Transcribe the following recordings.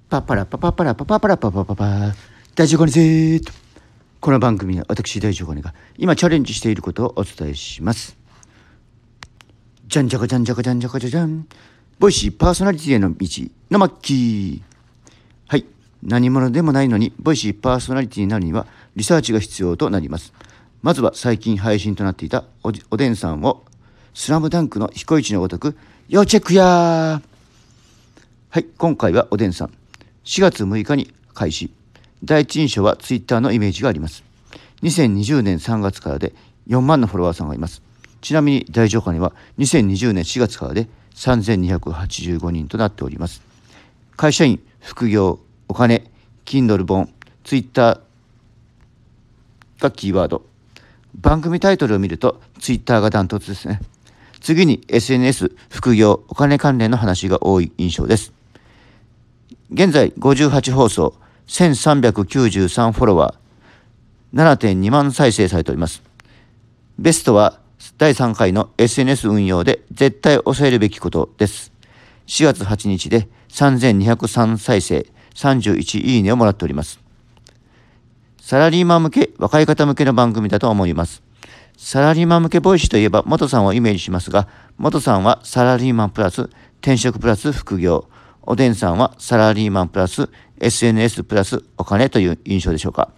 パパラパパパラパパパラパパパパ大丈夫かねぜーと。この番組は私大丈夫かねが今チャレンジしていることをお伝えします。じゃんじゃかじゃんじゃかじゃんじゃかじゃじゃん。ボイシーパーソナリティへの道のマッキー。はい、何者でもないのにボイシーパーソナリティになるにはリサーチが必要となります。まずは最近配信となっていたおでんさんをスラムダンクの彦一のごとく要チェックやー。はい、今回はおでんさん4月6日に開始。第一印象はツイッターのイメージがあります。2020年3月からで4万のフォロワーさんがいます。ちなみに大丈夫かには2020年4月からで3285人となっております。会社員、副業、お金、Kindle 本、ツイッターがキーワード。番組タイトルを見るとツイッターがダントツですね。次に SNS、副業、お金関連の話が多い印象です。現在58放送、1393フォロワー、7.2 万再生されております。ベストは第3回の SNS 運用で絶対抑えるべきことです。4月8日で3203再生、31いいねをもらっております。サラリーマン向け、若い方向けの番組だと思います。サラリーマン向けボイシーといえば元さんをイメージしますが、元さんはサラリーマンプラス転職プラス副業、おでんさんはサラリーマンプラス SNS プラスお金という印象でしょうか。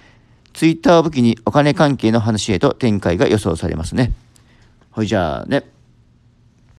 ツイッターを武器にお金関係の話へと展開が予想されますね。ほいじゃあね。